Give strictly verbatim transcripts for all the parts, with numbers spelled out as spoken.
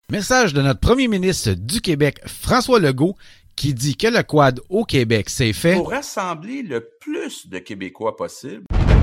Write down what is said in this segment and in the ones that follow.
Message de notre premier ministre du Québec, François Legault, qui dit que le quad au Québec, c'est fait pour rassembler le plus de Québécois possible.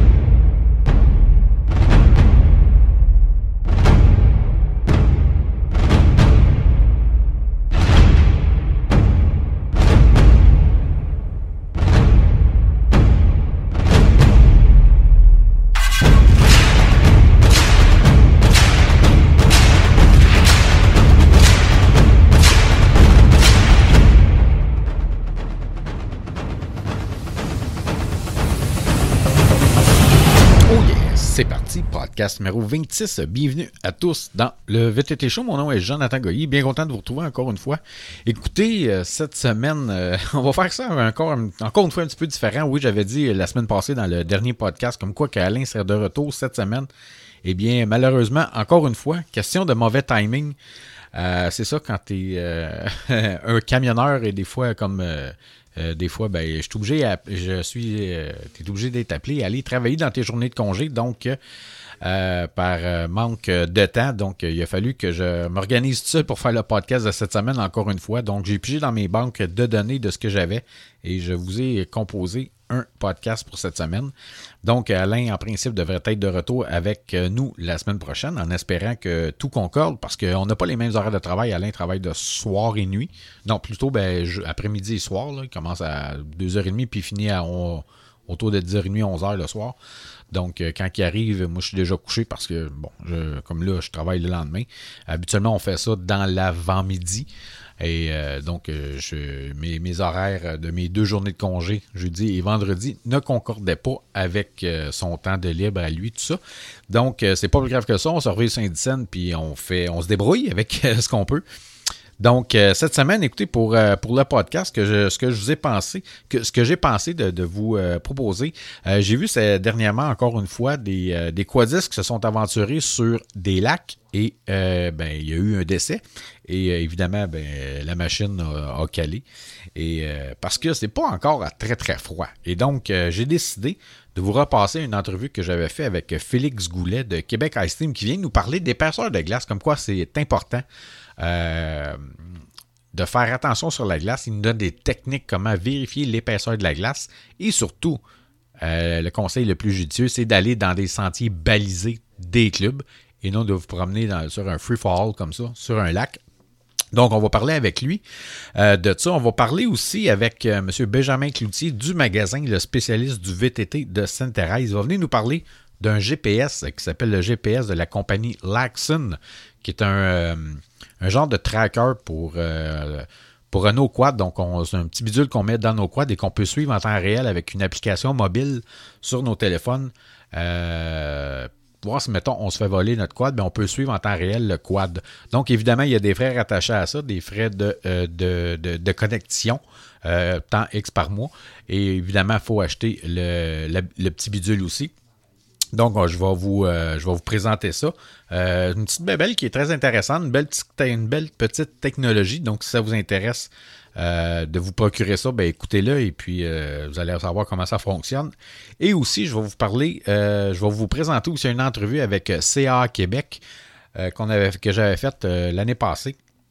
C'est parti, podcast numéro vingt-six. Bienvenue à tous dans le V T T Show. Mon nom est Jonathan Goyer. Bien content de vous retrouver encore une fois. Écoutez, euh, cette semaine, euh, on va faire ça encore, encore une fois un petit peu différent. Oui, j'avais dit la semaine passée dans le dernier podcast comme quoi qu'Alain serait de retour cette semaine. Eh bien, malheureusement, encore une fois, question de mauvais timing. Euh, c'est ça quand tu es euh, un camionneur et des fois comme... Euh, Euh, des fois, ben, je suis obligé, à, je suis, euh, t'es obligé d'être appelé à aller travailler dans tes journées de congé, donc euh, par euh, manque de temps. Donc, il a fallu que je m'organise tout seul pour faire le podcast de cette semaine encore une fois. Donc, j'ai pigé dans mes banques de données de ce que j'avais et je vous ai composé un podcast pour cette semaine. Donc, Alain, en principe, devrait être de retour avec nous la semaine prochaine, en espérant que tout concorde, parce qu'on n'a pas les mêmes horaires de travail. Alain travaille de soir et nuit. Non, plutôt ben, je, après-midi et soir. Là. Il commence à deux heures trente, puis il finit à, on, autour de dix heures trente, onze heures le soir. Donc, quand il arrive, moi, je suis déjà couché parce que, bon, je, comme là, je travaille le lendemain. Habituellement, on fait ça dans l'avant-midi. Et euh, donc, euh, je, mes, mes horaires de mes deux journées de congé, jeudi et vendredi, ne concordaient pas avec euh, son temps de libre à lui, tout ça. Donc, euh, c'est pas plus grave que ça. On se réveille Saint-Dicenne, puis on fait, on se débrouille avec euh, ce qu'on peut. Donc, euh, cette semaine, écoutez, pour, euh, pour le podcast, que je, ce que je vous ai pensé, que, ce que j'ai pensé de, de vous euh, proposer, euh, j'ai vu c'est, dernièrement, encore une fois, des, euh, des quadistes qui se sont aventurés sur des lacs et euh, ben, il y a eu un décès. Et euh, évidemment, ben, la machine a, a calé. Et, euh, parce que c'est pas encore à très, très froid. Et donc, euh, j'ai décidé de vous repasser une entrevue que j'avais faite avec Félix Goulet de Québec Ice Team qui vient nous parler d'épaisseur de glace, comme quoi c'est important euh, de faire attention sur la glace. Il nous donne des techniques comment vérifier l'épaisseur de la glace et surtout, euh, le conseil le plus judicieux, c'est d'aller dans des sentiers balisés des clubs et non de vous promener dans, sur un free-for-all comme ça, sur un lac. Donc, on va parler avec lui euh, de ça. On va parler aussi avec euh, M. Benjamin Cloutier du magasin, le spécialiste du V T T de Sainte-Thérèse. Il va venir nous parler d'un G P S qui s'appelle le G P S de la compagnie Laxon, qui est un, euh, un genre de tracker pour, euh, pour nos quads. Donc, on, c'est un petit bidule qu'on met dans nos quads et qu'on peut suivre en temps réel avec une application mobile sur nos téléphones. Euh, voir si, mettons, on se fait voler notre quad, bien, on peut suivre en temps réel le quad. Donc, évidemment, il y a des frais rattachés à ça, des frais de, euh, de, de, de connexion, euh, temps X par mois. Et évidemment, il faut acheter le, le, le petit bidule aussi. Donc, je vais vous, euh, je vais vous présenter ça. Euh, une petite bébelle qui est très intéressante, une belle, petite, une belle petite technologie. Donc, si ça vous intéresse euh, de vous procurer ça, ben écoutez-le et puis euh, vous allez savoir comment ça fonctionne. Et aussi, je vais vous parler, euh, je vais vous présenter aussi une entrevue avec C A Québec euh, qu'on avait, que j'avais faite euh, l'année passée.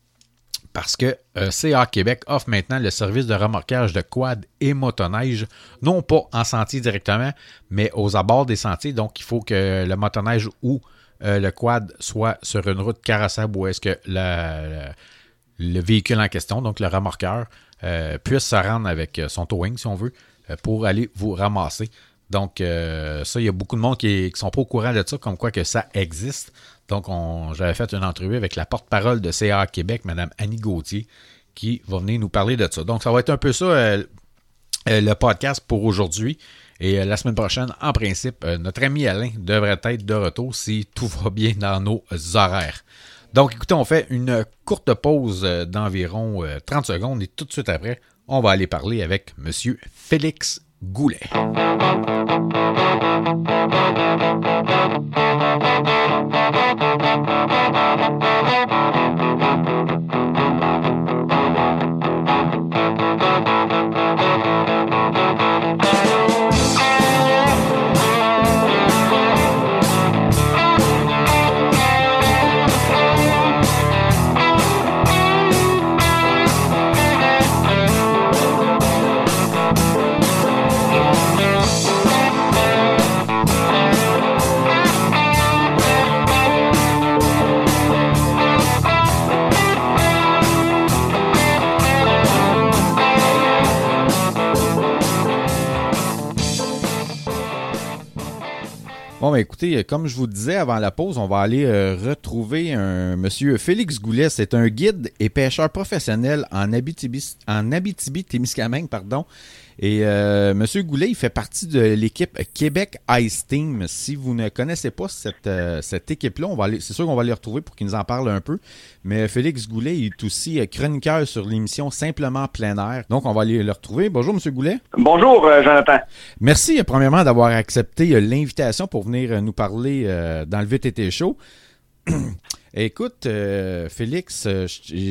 Parce que euh, C A Québec offre maintenant le service de remorquage de quad et motoneige, non pas en sentier directement, mais aux abords des sentiers. Donc, il faut que le motoneige ou euh, le quad soit sur une route carrossable où est-ce que la, la, le véhicule en question, donc le remorqueur, euh, puisse se rendre avec son towing, si on veut, euh, pour aller vous ramasser. Donc, euh, ça, il y a beaucoup de monde qui ne sont pas au courant de ça, comme quoi que ça existe. Donc, on, j'avais fait une entrevue avec la porte-parole de C A Québec, Mme Annie Gauthier, qui va venir nous parler de ça. Donc, ça va être un peu ça, euh, euh, le podcast pour aujourd'hui. Et euh, la semaine prochaine, en principe, euh, notre ami Alain devrait être de retour si tout va bien dans nos horaires. Donc, écoutez, on fait une courte pause euh, d'environ euh, trente secondes et tout de suite après, on va aller parler avec M. Félix Goulet. ben, écoutez, comme je vous disais avant la pause, on va aller euh, retrouver un monsieur Félix Goulet. C'est un guide et pêcheur professionnel en Abitibi, en Abitibi-Témiscamingue, pardon. Et euh, monsieur Goulet, il fait partie de l'équipe Québec Ice Team. Si vous ne connaissez pas cette, euh, cette équipe-là, on va aller, c'est sûr qu'on va les retrouver pour qu'ils nous en parlent un peu. Mais Félix Goulet il est aussi chroniqueur sur l'émission Simplement Plein Air. Donc, on va aller le retrouver. Bonjour, monsieur Goulet. Bonjour, euh, Jonathan. Merci, euh, premièrement, d'avoir accepté euh, l'invitation pour venir euh, nous parler euh, dans le V T T Show. Écoute, euh, Félix, euh,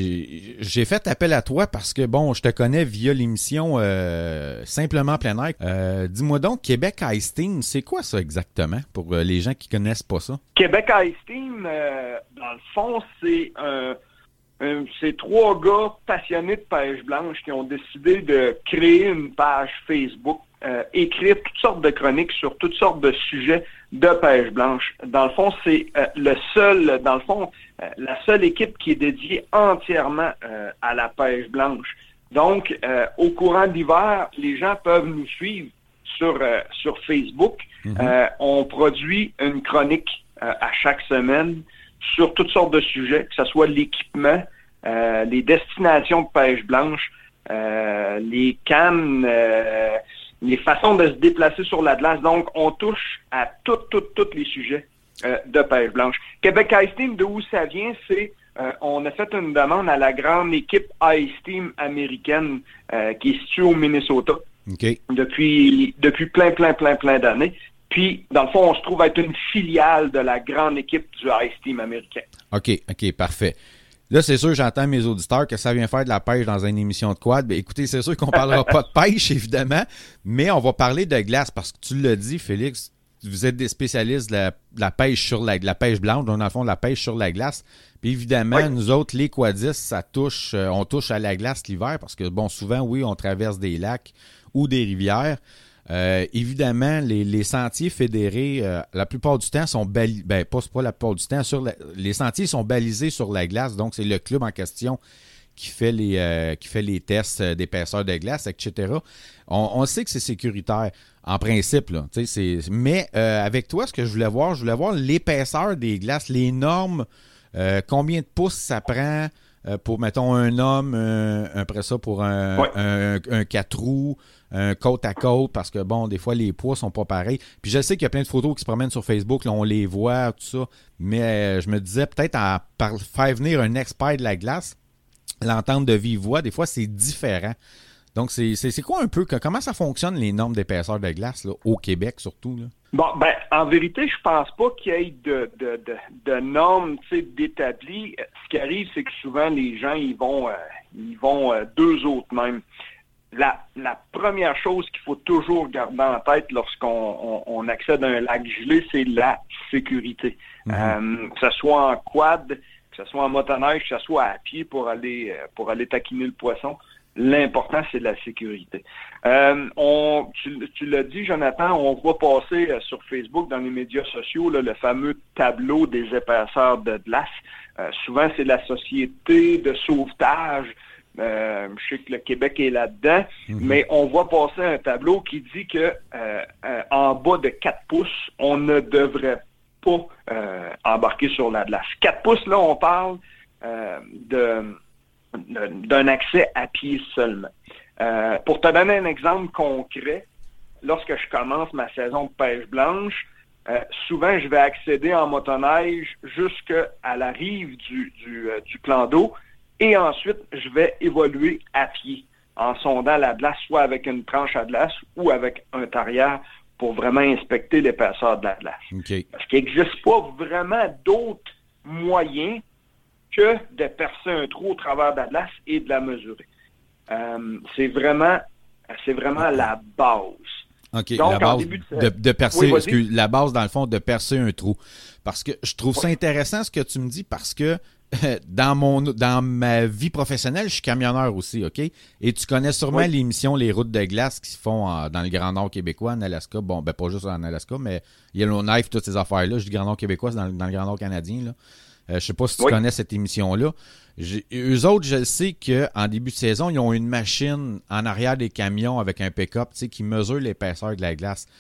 j'ai fait appel à toi parce que, bon, je te connais via l'émission euh, Simplement Plein Air. Euh, dis-moi donc, Québec Ice Team, c'est quoi ça exactement pour euh, les gens qui connaissent pas ça? Québec Ice Team, euh, dans le fond, c'est un, un, c'est trois gars passionnés de pêche blanche qui ont décidé de créer une page Facebook, euh, écrire toutes sortes de chroniques sur toutes sortes de sujets de pêche blanche. Dans le fond, c'est euh, le seul, dans le fond, euh, la seule équipe qui est dédiée entièrement euh, à la pêche blanche. Donc, euh, au courant de l'hiver, les gens peuvent nous suivre sur euh, sur Facebook. Mm-hmm. Euh, on produit une chronique euh, à chaque semaine sur toutes sortes de sujets, que ce soit l'équipement, euh, les destinations de pêche blanche, euh, les cannes, euh, les façons de se déplacer sur la glace. Donc, on touche à tous, tous, tous les sujets euh, de pêche blanche. Québec Ice Team, d'où ça vient, c'est euh, on a fait une demande à la grande équipe Ice Team américaine euh, qui est située au Minnesota okay. depuis depuis plein, plein, plein, plein d'années. Puis, dans le fond, on se trouve être une filiale de la grande équipe du Ice Team américain. OK, OK, parfait. Là, c'est sûr, j'entends mes auditeurs que ça vient faire de la pêche dans une émission de quad. Ben, écoutez, c'est sûr qu'on ne parlera pas de pêche, évidemment, mais on va parler de glace parce que tu l'as dit, Félix, vous êtes des spécialistes de la, de la pêche sur la, de la pêche blanche, donc dans le fond, de la pêche sur la glace. Puis évidemment, oui. Nous autres, les quadistes, ça touche, euh, on touche à la glace l'hiver parce que, bon, souvent, oui, on traverse des lacs ou des rivières. Euh, évidemment, les, les sentiers fédérés, euh, la plupart du temps, sont balisés, ben, pas, pas la plupart du temps, sur la, les sentiers sont balisés sur la glace, donc c'est le club en question qui fait les, euh, qui fait les tests d'épaisseur de glace, et cetera. On, on sait que c'est sécuritaire, en principe, là, tu sais, c'est, mais euh, avec toi, ce que je voulais voir, je voulais voir l'épaisseur des glaces, les normes, euh, combien de pouces ça prend euh, pour, mettons, un homme, un, après ça, pour un, ouais. un, un, un quatre roues, un côte à côte, parce que, bon, des fois, les poids sont pas pareils. Puis je sais qu'il y a plein de photos qui se promènent sur Facebook, là, on les voit, tout ça, mais euh, je me disais, peut-être à par, faire venir un expert de la glace, l'entendre de vive voix, des fois, c'est différent. Donc, c'est, c'est, c'est quoi un peu, comment ça fonctionne, les normes d'épaisseur de glace, là, au Québec, surtout, là? Bon, ben, en vérité, je pense pas qu'il y ait de, de, de, de normes, tu sais, d'établies. Ce qui arrive, c'est que souvent, les gens, ils vont, euh, ils vont euh, deux autres même. La, la première chose qu'il faut toujours garder en tête lorsqu'on on, on accède à un lac gelé, c'est la sécurité. Mm-hmm. Euh, que ce soit en quad, que ce soit en motoneige, que ce soit à pied pour aller pour aller taquiner le poisson, l'important, c'est la sécurité. Euh, on, tu, tu l'as dit, Jonathan, on voit passer euh, sur Facebook, dans les médias sociaux, là, le fameux tableau des épaisseurs de glace. Euh, souvent, c'est la Société de sauvetage. Euh, je sais que le Québec est là-dedans, mm-hmm. mais on voit passer un tableau qui dit que euh, euh, en bas de quatre pouces, on ne devrait pas euh, embarquer sur la glace. quatre pouces, là, on parle euh, de, de, d'un accès à pied seulement. Euh, pour te donner un exemple concret, lorsque je commence ma saison de pêche blanche, euh, souvent je vais accéder en motoneige jusqu'à la rive du, du, euh, du plan d'eau. Et ensuite, je vais évoluer à pied en sondant la glace, soit avec une tranche à glace ou avec un tarière pour vraiment inspecter l'épaisseur de la glace. Okay. Parce qu'il n'existe pas vraiment d'autres moyens que de percer un trou au travers de la glace et de la mesurer. Euh, c'est vraiment, c'est vraiment la base. OK, Donc, la base début de... de, de percer, oui, excuse, la base, dans le fond, de percer un trou. Parce que je trouve oui. ça intéressant ce que tu me dis, parce que dans mon dans ma vie professionnelle, je suis camionneur aussi, OK? Et tu connais sûrement oui. l'émission Les routes de glace qui se font en, dans le Grand Nord québécois, en Alaska. Bon, ben pas juste en Alaska, mais Yellowknife, toutes ces affaires-là. Je dis Grand Nord québécois, c'est dans, dans le Grand Nord canadien, là. Euh, je sais pas si tu oui. connais cette émission-là. J'ai, eux autres, je sais qu'en début de saison, ils ont une machine en arrière des camions avec un pick-up, tu sais, qui mesure l'épaisseur de la glace.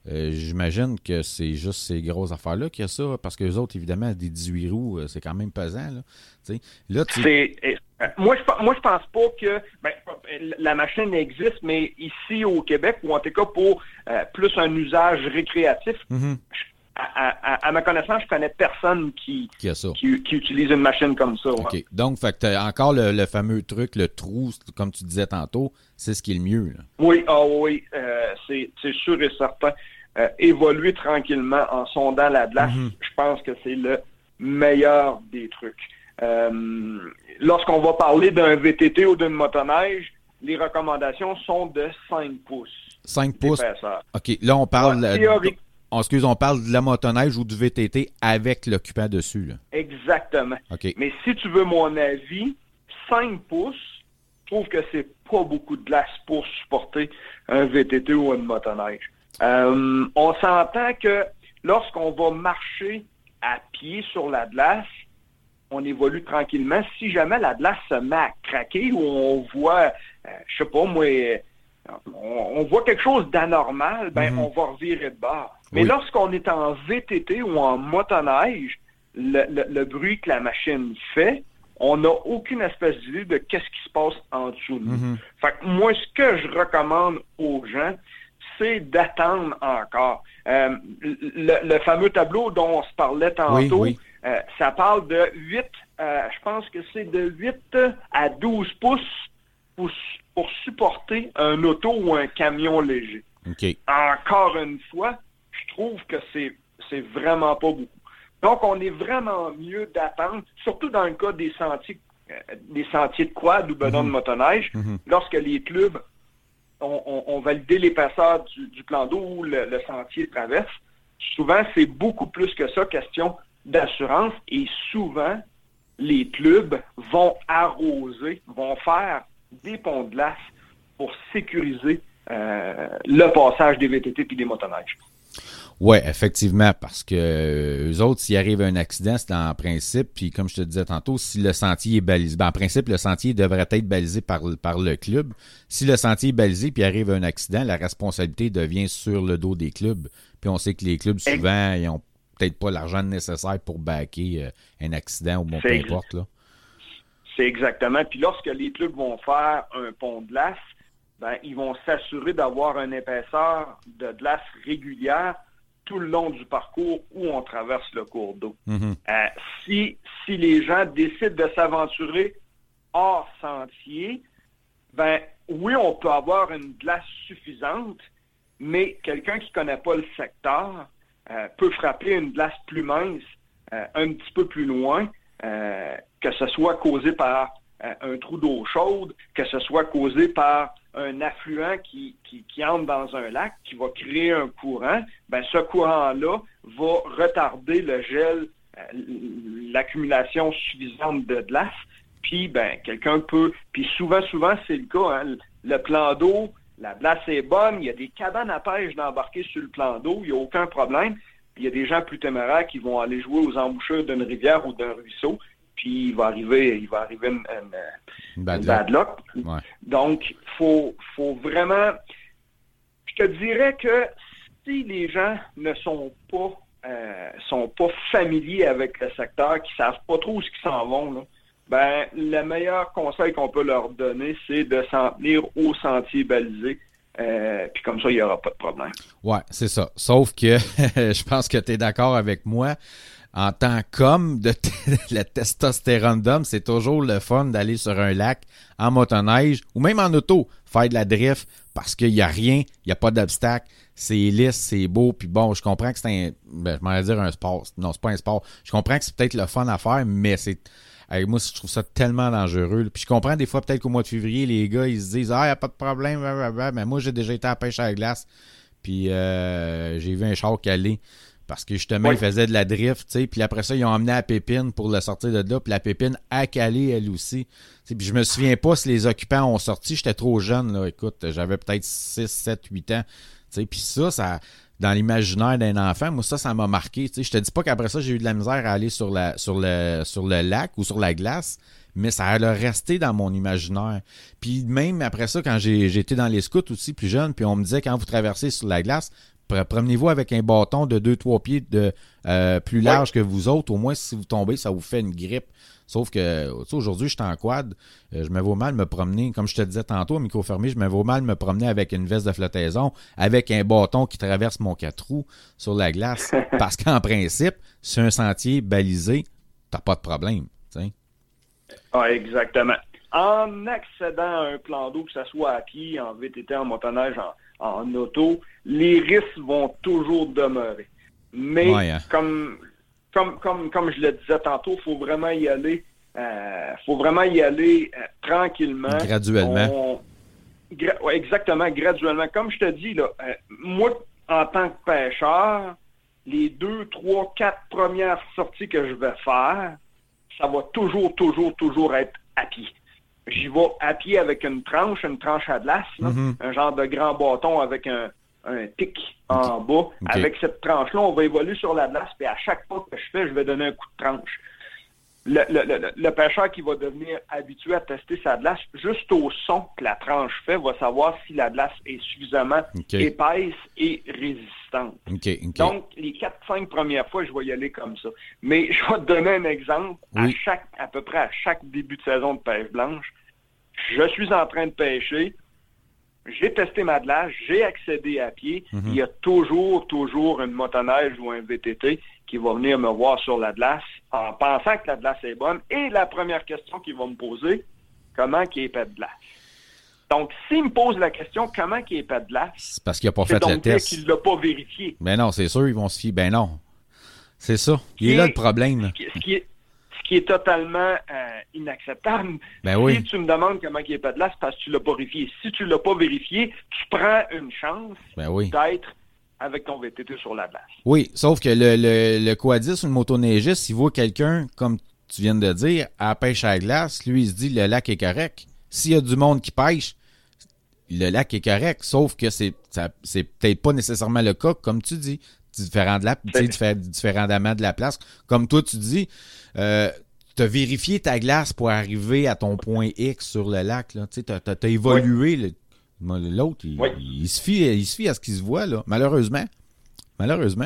Euh, j'imagine que c'est juste ces grosses affaires-là qu'il y a ça, parce que les autres, évidemment, des dix-huit roues, euh, c'est quand même pesant. Là, tu sais. Là, tu... C'est, euh, moi, je moi, je pense pas que ben, la machine existe, mais ici au Québec, ou en tout cas pour euh, plus un usage récréatif, mm-hmm. je, à, à, à ma connaissance, je connais personne qui, qui, a ça. qui, qui utilise une machine comme ça. OK. Ouais. Donc, fait que t'as encore le, le fameux truc, le trou, comme tu disais tantôt, c'est ce qui est le mieux. Là. Oui, ah oui, euh, c'est, c'est sûr et certain. Euh, évoluer tranquillement en sondant la glace, mm-hmm. je pense que c'est le meilleur des trucs. Euh, lorsqu'on va parler d'un V T T ou d'une motoneige, les recommandations sont de cinq pouces. cinq pouces? D'épaisseur. OK. Là, on parle... Ouais, théorique. On, excuse, on parle de la motoneige ou du V T T avec l'occupant dessus. Là. Exactement. OK. Mais si tu veux mon avis, cinq pouces, je trouve que c'est pas beaucoup de glace pour supporter un V T T ou une motoneige. Euh, on s'entend que lorsqu'on va marcher à pied sur la glace, on évolue tranquillement. Si jamais la glace se met à craquer ou on voit, euh, je sais pas moi, on, on voit quelque chose d'anormal, ben mm-hmm. on va revirer de bord. Mais oui. lorsqu'on est en V T T ou en motoneige, le, le, le bruit que la machine fait, on n'a aucune espèce d'idée de qu'est-ce qui se passe en dessous de nous. Mm-hmm. Fait que moi, ce que je recommande aux gens, c'est d'attendre encore. Euh, le, le fameux tableau dont on se parlait tantôt, oui, oui. Euh, ça parle de huit, euh, je pense que c'est de huit à douze pouces pour, pour supporter un auto ou un camion léger. Okay. Encore une fois, je trouve que c'est, c'est vraiment pas beaucoup. Donc, on est vraiment mieux d'attendre, surtout dans le cas des sentiers, euh, des sentiers de quad ou bedon mm-hmm. de motoneige, mm-hmm. lorsque les clubs ont, ont, ont validé l'épaisseur du, du plan d'eau ou le, le sentier traverse. Souvent, c'est beaucoup plus que ça, question d'assurance, et souvent, les clubs vont arroser, vont faire des ponts de glace pour sécuriser euh, le passage des V T T et des motoneiges. Oui, effectivement, parce que euh, eux autres, s'il arrive un accident, c'est en principe, puis comme je te disais tantôt, si le sentier est balisé, ben, en principe, le sentier devrait être balisé par, par le club. Si le sentier est balisé puis arrive un accident, la responsabilité devient sur le dos des clubs. Puis on sait que les clubs, souvent, ils ont peut-être pas l'argent nécessaire pour backer euh, un accident ou bon, peu importe. Là. C'est exactement. Puis lorsque les clubs vont faire un pont de glace, ben, ils vont s'assurer d'avoir une épaisseur de glace régulière tout le long du parcours où on traverse le cours d'eau. Mm-hmm. Euh, si, si les gens décident de s'aventurer hors sentier, ben oui, on peut avoir une glace suffisante, mais quelqu'un qui ne connaît pas le secteur euh, peut frapper une glace plus mince euh, un petit peu plus loin, euh, que ce soit causé par euh, un trou d'eau chaude, que ce soit causé par un affluent qui, qui, qui entre dans un lac, qui va créer un courant, ben ce courant-là va retarder le gel, euh, l'accumulation suffisante de glace, puis ben quelqu'un peut, puis souvent, souvent c'est le cas, hein, le plan d'eau, la glace est bonne, il y a des cabanes à pêche d'embarquer sur le plan d'eau, il n'y a aucun problème, puis il y a des gens plus téméraires qui vont aller jouer aux embouchures d'une rivière ou d'un ruisseau, puis il va arriver, il va arriver une, une, une bad, une bad luck. luck. Ouais. Donc, faut, faut vraiment... Je te dirais que si les gens ne sont pas, euh, sont pas familiers avec le secteur, qui savent pas trop où ils s'en vont, là, ben, le meilleur conseil qu'on peut leur donner, c'est de s'en tenir au sentier balisé. Euh, puis comme ça, il n'y aura pas de problème. Ouais, c'est ça. Sauf que je pense que tu es d'accord avec moi. En tant qu'homme de t- la testostérone d'homme, c'est toujours le fun d'aller sur un lac en motoneige ou même en auto, faire de la drift parce qu'il n'y a rien, il n'y a pas d'obstacle, c'est lisse, c'est beau, puis bon, je comprends que c'est un, ben, je m'en vais dire un sport. Non, c'est pas un sport. Je comprends que c'est peut-être le fun à faire, mais c'est, hey, moi, je trouve ça tellement dangereux. Là. Puis je comprends des fois, peut-être qu'au mois de février, les gars, ils se disent, ah, il n'y a pas de problème, mais moi, j'ai déjà été à la pêche à la glace, puis euh, j'ai vu un char caler. Parce que justement, oui. Ils faisaient de la drift, tu sais, puis après ça, ils ont emmené la Pépine pour le sortir de là, puis la Pépine a calé elle aussi. Puis je me souviens pas si les occupants ont sorti, j'étais trop jeune, là, écoute, j'avais peut-être six, sept, huit ans, tu sais, puis ça, ça, dans l'imaginaire d'un enfant, moi, ça, ça m'a marqué, tu sais, je te dis pas qu'après ça, j'ai eu de la misère à aller sur la, sur le, sur le lac ou sur la glace, mais ça allait rester dans mon imaginaire. Puis même après ça, quand j'ai, j'ai été dans les scouts aussi, plus jeune, puis on me disait, quand vous traversez sur la glace, promenez-vous avec un bâton de deux trois pieds de euh, plus large ouais. que vous autres. Au moins, si vous tombez, ça vous fait une grippe. Sauf que, tu sais, aujourd'hui, je suis en quad. Euh, je me vois mal me promener, comme je te disais tantôt, au micro fermé, je me vois mal me promener avec une veste de flottaison, avec un bâton qui traverse mon quatre roues sur la glace. Parce qu'en principe, sur un sentier balisé, t'as pas de problème. T'sais. Ah, exactement. En accédant à un plan d'eau, que ce soit à pied, en V T T, en motoneige, en, en auto, les risques vont toujours demeurer. Mais ouais, hein. comme, comme, comme, comme je le disais tantôt, il faut vraiment y aller, euh, faut vraiment y aller euh, tranquillement. Graduellement. On, gra- ouais, exactement, graduellement. Comme je te dis, là, euh, moi, en tant que pêcheur, les deux, trois, quatre premières sorties que je vais faire, ça va toujours, toujours, toujours être à pied. J'y vais à pied avec une tranche, une tranche à glace, mm-hmm. un genre de grand bâton avec un, un tic okay. en bas. Okay. Avec cette tranche-là, on va évoluer sur la glace, puis à chaque pas que je fais, je vais donner un coup de tranche. Le, le, le, le pêcheur qui va devenir habitué à tester sa glace, juste au son que la tranche fait, va savoir si la glace est suffisamment okay. épaisse et résistante. Okay. Okay. Donc, les quatre cinq premières fois, je vais y aller comme ça. Mais je vais te donner un exemple. Oui. À chaque, à peu près à chaque début de saison de pêche blanche, je suis en train de pêcher, j'ai testé ma glace, j'ai accédé à pied. Mm-hmm. Il y a toujours, toujours une motoneige ou un V T T qui va venir me voir sur la glace en pensant que la glace est bonne. Et la première question qu'il va me poser, comment qu'il est épais de glace? Donc, s'il me pose la question, comment qu'il est épais de glace? C'est parce qu'il n'a pas fait le test. C'est qu'il ne l'a pas vérifié. Ben non, c'est sûr, ils vont se fier. Ben non. C'est ça. Il est là le problème. Ce qui, ce qui est, ce qui est totalement euh, inacceptable. Ben oui. Si tu me demandes comment il est épais de glace, c'est parce que tu ne l'as pas vérifié. Si tu ne l'as pas vérifié, tu prends une chance ben oui. d'être avec ton V T T sur la glace. Oui, sauf que le, le, le quadiste ou le motoneigiste, il voit quelqu'un, comme tu viens de dire, à la pêche à la glace, lui, il se dit le lac est correct. S'il y a du monde qui pêche, le lac est correct, sauf que c'est ça, c'est peut-être pas nécessairement le cas, comme tu dis, différent de la, diffé- différemment de la place. Comme toi, tu dis, euh, tu as vérifié ta glace pour arriver à ton point X sur le lac. Tu as évolué. Oui. Le, L'autre, il, oui. il, il, se fie, il se fie à ce qu'il se voit, là. Malheureusement. Malheureusement.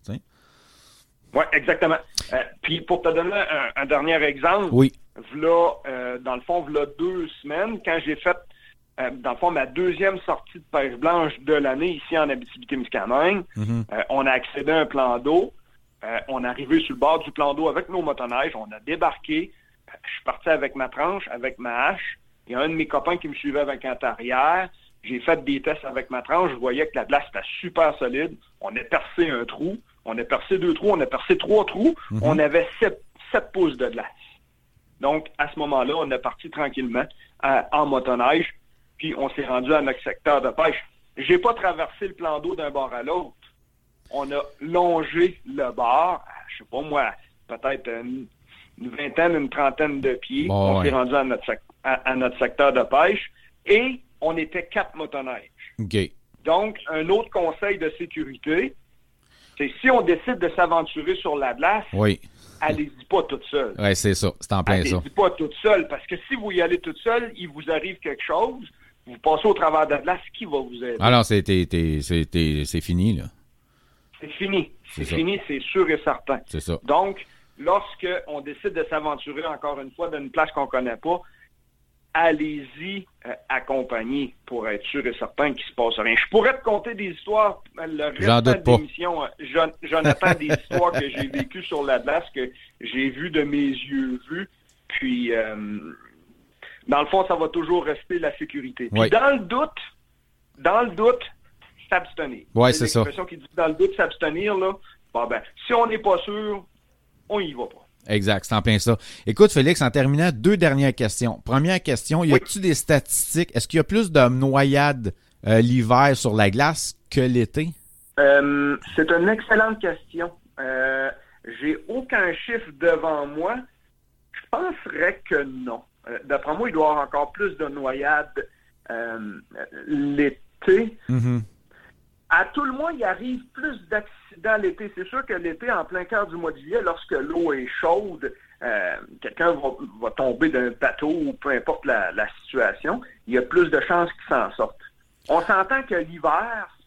Oui, exactement. Euh, puis, pour te donner un, un dernier exemple, oui. V'là, euh, dans le fond, v'là deux semaines, quand j'ai fait, euh, dans le fond, ma deuxième sortie de pêche blanche de l'année ici en Abitibi-Témiscamingue, mm-hmm. euh, on a accédé à un plan d'eau. Euh, on est arrivé sur le bord du plan d'eau avec nos motoneiges. On a débarqué. Euh, je suis parti avec ma tranche, avec ma hache. Il y a un de mes copains qui me suivait avec un arrière. J'ai fait des tests avec ma tranche. Je voyais que la glace était super solide. On a percé un trou. On a percé deux trous. On a percé trois trous. Mm-hmm. On avait sept, sept pouces de glace. Donc, à ce moment-là, on est parti tranquillement euh, en motoneige. Puis, on s'est rendu à notre secteur de pêche. J'ai pas traversé le plan d'eau d'un bord à l'autre. On a longé le bord. Je sais pas moi, peut-être une, une vingtaine, une trentaine de pieds. Bon, on ouais. s'est rendu à notre secteur. À, à notre secteur de pêche, et on était quatre motoneiges. Okay. Donc, un autre conseil de sécurité, c'est si on décide de s'aventurer sur la glace, oui. allez-y pas toute seule. Oui, c'est ça, c'est en plein allez-y ça. Allez-y pas toute seule, parce que si vous y allez toute seule, il vous arrive quelque chose, vous passez au travers de la glace, qui va vous aider? Alors, c'est, t'es, t'es, c'est, t'es, c'est fini, là. C'est fini. C'est, c'est fini, c'est sûr et certain. C'est ça. Donc, lorsque on décide de s'aventurer, encore une fois, dans une place qu'on connaît pas, allez-y euh, accompagner pour être sûr et certain qu'il se passe rien. Je pourrais te conter des histoires, le reste de l'émission, euh, j'en, j'en attends des histoires que j'ai vécues sur la glace, que j'ai vues de mes yeux vus, puis euh, dans le fond, ça va toujours rester la sécurité. Puis oui. dans le doute, dans le doute, s'abstenir. Oui, c'est, c'est ça. L'expression qui dit dans le doute, s'abstenir, là, bon ben, si on n'est pas sûr, on y va pas. Exact, c'est en plein ça. Écoute, Félix, en terminant, deux dernières questions. Première question, y a-t-il oui. des statistiques? Est-ce qu'il y a plus de noyades euh, l'hiver sur la glace que l'été? Euh, c'est une excellente question. Euh, j'ai aucun chiffre devant moi. Je penserais que non. Euh, d'après moi, il doit y avoir encore plus de noyades euh, l'été. Mm-hmm. À tout le moins, il arrive plus d'accidents l'été. C'est sûr que l'été, en plein cœur du mois de juillet, lorsque l'eau est chaude, euh, quelqu'un va, va tomber d'un bateau ou peu importe la, la situation, il y a plus de chances qu'il s'en sorte. On s'entend que l'hiver,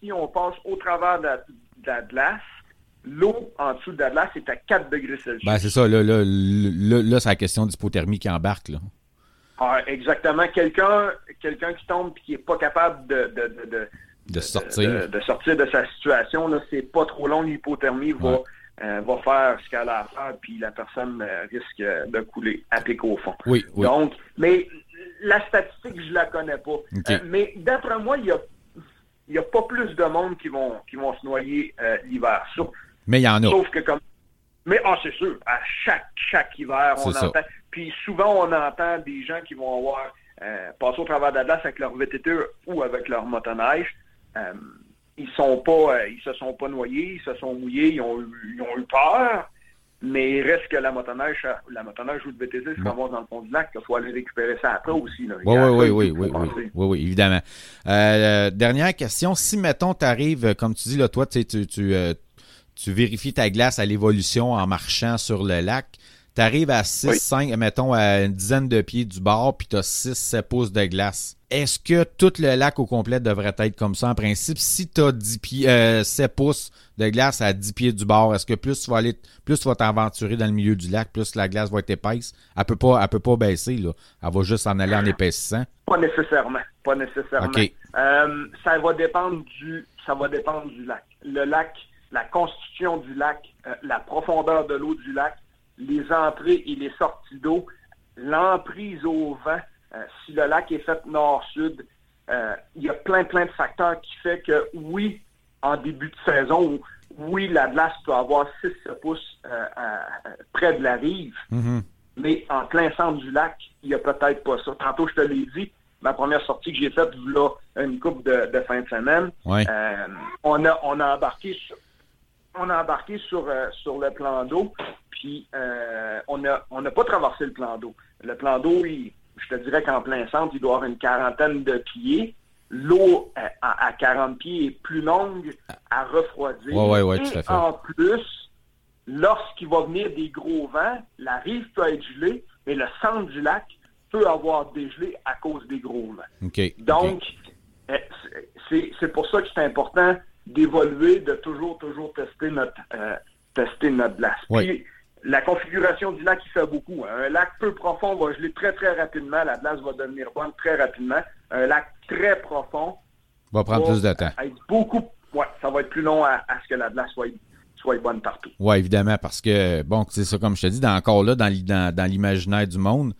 si on passe au travers de la, de la glace, l'eau en dessous de la glace est à quatre degrés Celsius. Ben, c'est ça. Là, là, là, là c'est la question d'hypothermie qui embarque, là. Ah, exactement. Quelqu'un quelqu'un qui tombe et qui n'est pas capable de, de, de, de, de, sortir. De, de, de sortir de sa situation, là, c'est pas trop long, l'hypothermie va, ouais. euh, va faire ce qu'elle a à faire, puis la personne euh, risque de couler à pic au fond. Oui, oui. Donc, mais la statistique, je la connais pas. Okay. Euh, mais d'après moi, il y a, il y a pas plus de monde qui vont, qui vont se noyer euh, l'hiver. Sauf, mais il y en a. Sauf que comme Mais ah, c'est sûr, à chaque, chaque hiver, on c'est entend. Ça. Puis souvent, on entend des gens qui vont avoir euh, passé au travers de la glace avec leur V T T ou avec leur motoneige. Euh, ils sont pas, euh, ils se sont pas noyés, ils se sont mouillés, ils ont, ils ont eu peur. Mais il reste que la motoneige, la motoneige ou le V T T, se bon. ramasse dans le fond du lac. Il faut aller récupérer ça après aussi. Là. Oui, oui, oui, oui, oui, oui, oui, oui, évidemment. Euh, dernière question. Si, mettons, tu arrives, comme tu dis, là, toi, tu, tu, tu, euh, tu vérifies ta glace à l'évolution en marchant sur le lac, tu arrives à six, oui. cinq, mettons, à une dizaine de pieds du bord, puis tu as six, sept pouces de glace. Est-ce que tout le lac au complet devrait être comme ça en principe? Si tu as dix pieds, euh, sept pouces de glace à dix pieds du bord, est-ce que plus tu vas aller, plus tu vas t'aventurer dans le milieu du lac, plus la glace va être épaisse? Elle peut pas, elle peut pas baisser, là. Elle va juste en aller en épaississant? Pas nécessairement. Pas nécessairement. Okay. Euh, ça va dépendre du, ça va dépendre du lac. Le lac, la constitution du lac, euh, la profondeur de l'eau du lac, les entrées et les sorties d'eau, l'emprise au vent. Euh, si le lac est fait nord-sud, euh, il y a plein, plein de facteurs qui fait que, oui, en début de saison, oui, la glace peut avoir six pouces euh, à, à, près de la rive, mm-hmm. mais en plein centre du lac, il n'y a peut-être pas ça. Tantôt, je te l'ai dit, ma première sortie que j'ai faite, là, une couple de, de fin de semaine, ouais. euh, on, a, on a embarqué sur, on a embarqué sur, euh, sur le plan d'eau, puis euh, on n'a on a pas traversé le plan d'eau. Le plan d'eau, il je te dirais qu'en plein centre, il doit avoir une quarantaine de pieds. L'eau euh, à, à quarante pieds est plus longue à refroidir. Ouais, ouais, ouais, tout à fait. Et en plus, lorsqu'il va venir des gros vents, la rive peut être gelée, mais le centre du lac peut avoir dégelé à cause des gros vents. Okay, Donc, okay. Euh, c'est, c'est pour ça que c'est important d'évoluer, de toujours, toujours tester notre, euh, tester notre glace. Ouais. Puis, la configuration du lac, il fait beaucoup. Hein. Un lac peu profond va geler très, très rapidement. La glace va devenir bonne très rapidement. Un lac très profond va prendre va plus de temps. Être beaucoup, ouais, ça va être plus long à, à ce que la glace soit, soit bonne partout. Oui, évidemment, parce que, bon, c'est ça, comme je te dis, dans, encore là, dans, dans, dans l'imaginaire du monde,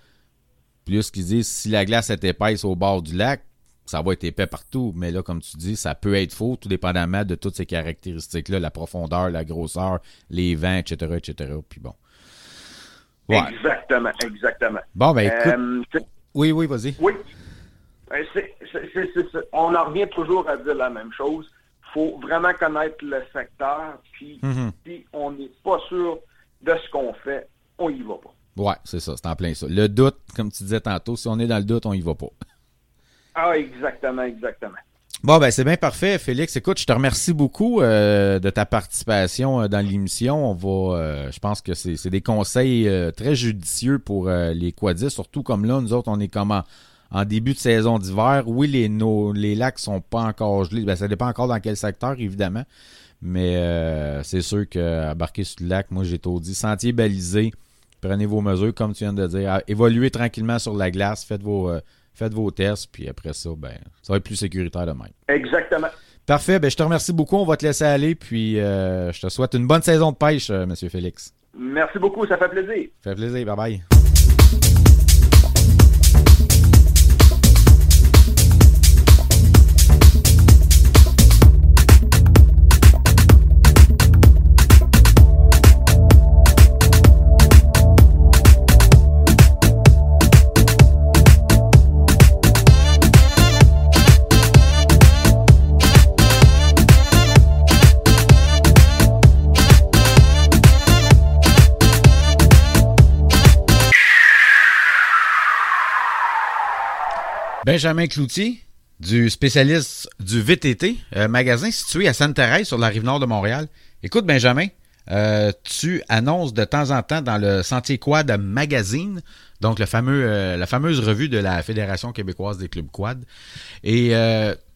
plus qu'ils disent, si la glace est épaisse au bord du lac, ça va être épais partout. Mais là, comme tu dis, ça peut être faux, tout dépendamment de toutes ces caractéristiques-là, la profondeur, la grosseur, les vents, et cetera, et cetera. Puis bon. Ouais. Exactement, exactement. Bon, ben écoute. Euh, oui, oui, vas-y. Oui. C'est, c'est, c'est, c'est, c'est, on en revient toujours à dire la même chose. Il faut vraiment connaître le secteur. Puis, mm-hmm. si on n'est pas sûr de ce qu'on fait, on y va pas. Ouais, c'est ça, c'est en plein ça. Le doute, comme tu disais tantôt, si on est dans le doute, on y va pas. Ah, exactement, exactement. Bon, ben c'est bien parfait, Félix. Écoute, je te remercie beaucoup euh, de ta participation euh, dans l'émission. On va, euh, je pense que c'est, c'est des conseils euh, très judicieux pour euh, les quadistes, surtout comme là, nous autres, on est comme en, en début de saison d'hiver. Oui, les, nos, les lacs sont pas encore gelés. Ben, ça dépend encore dans quel secteur, évidemment. Mais euh, c'est sûr qu'embarquer sur le lac, moi, j'ai tout dit. Sentier balisé, prenez vos mesures, comme tu viens de dire. Évoluez tranquillement sur la glace, faites vos... Euh, Faites vos tests, puis après ça, ben, ça va être plus sécuritaire de même. Exactement. Parfait. Ben, je te remercie beaucoup. On va te laisser aller, puis euh, je te souhaite une bonne saison de pêche, euh, M. Félix. Merci beaucoup. Ça fait plaisir. Ça fait plaisir. Bye-bye. Benjamin Cloutier, du spécialiste du V T T, euh, magasin situé à Sainte-Thérèse sur la Rive-Nord de Montréal. Écoute, Benjamin, euh, tu annonces de temps en temps dans le Sentier Quad Magazine, donc le fameux, euh, la fameuse revue de la Fédération québécoise des clubs quad, et euh,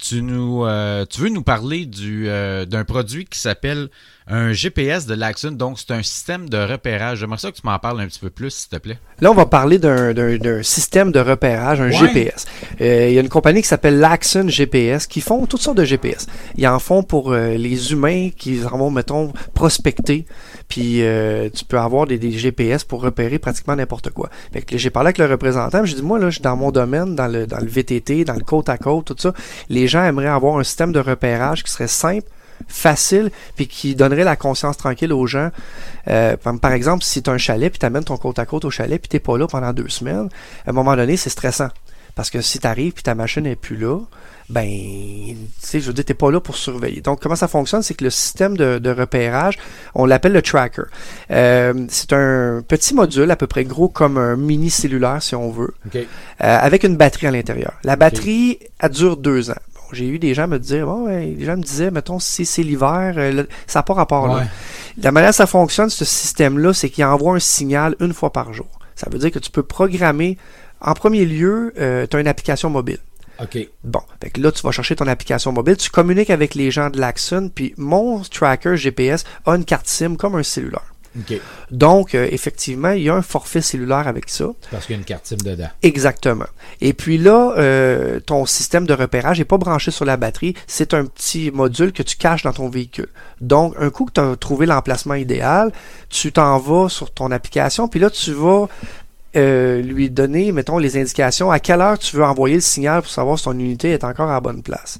tu nous, euh, tu veux nous parler du euh, d'un produit qui s'appelle un G P S de Laxon. Donc, c'est un système de repérage. J'aimerais ça que tu m'en parles un petit peu plus, s'il te plaît. Là, on va parler d'un, d'un, d'un système de repérage, un ouais. G P S. Euh, il y a une compagnie qui s'appelle Laxon G P S qui font toutes sortes de G P S. Ils en font pour euh, les humains qui en vont, mettons, prospecter. Puis, euh, tu peux avoir des, des G P S pour repérer pratiquement n'importe quoi. Fait que j'ai parlé avec le représentant. J'ai dit, moi, là, je suis dans mon domaine, dans le, dans le V T T, dans le côte à côte, tout ça. Les gens aimeraient avoir un système de repérage qui serait simple, facile, puis qui donnerait la conscience tranquille aux gens. Euh, par exemple, si tu as un chalet, puis tu amènes ton côte à côte au chalet, puis tu n'es pas là pendant deux semaines, à un moment donné, c'est stressant. Parce que si tu arrives, puis ta machine n'est plus là, ben, tu sais, je veux dire, tu n'es pas là pour surveiller. Donc, comment ça fonctionne? C'est que le système de, de repérage, on l'appelle le tracker. Euh, c'est un petit module à peu près gros comme un mini cellulaire, si on veut, okay. euh, avec une batterie à l'intérieur. La batterie, okay. elle dure deux ans. J'ai eu des gens me dire, oh, ouais, les gens me disaient, mettons, si c'est l'hiver, euh, ça n'a pas rapport ouais. là. La manière dont ça fonctionne, ce système-là, c'est qu'il envoie un signal une fois par jour. Ça veut dire que tu peux programmer, en premier lieu, euh, tu as une application mobile. OK. Bon, fait que là, tu vas chercher ton application mobile, tu communiques avec les gens de Laxon, puis mon tracker G P S a une carte SIM comme un cellulaire. Okay. Donc, euh, effectivement, il y a un forfait cellulaire avec ça. Parce qu'il y a une carte SIM dedans. Exactement. Et puis là, euh, ton système de repérage n'est pas branché sur la batterie. C'est un petit module que tu caches dans ton véhicule. Donc, un coup que tu as trouvé l'emplacement idéal, tu t'en vas sur ton application, puis là, tu vas euh, lui donner, mettons, les indications à quelle heure tu veux envoyer le signal pour savoir si ton unité est encore à la bonne place.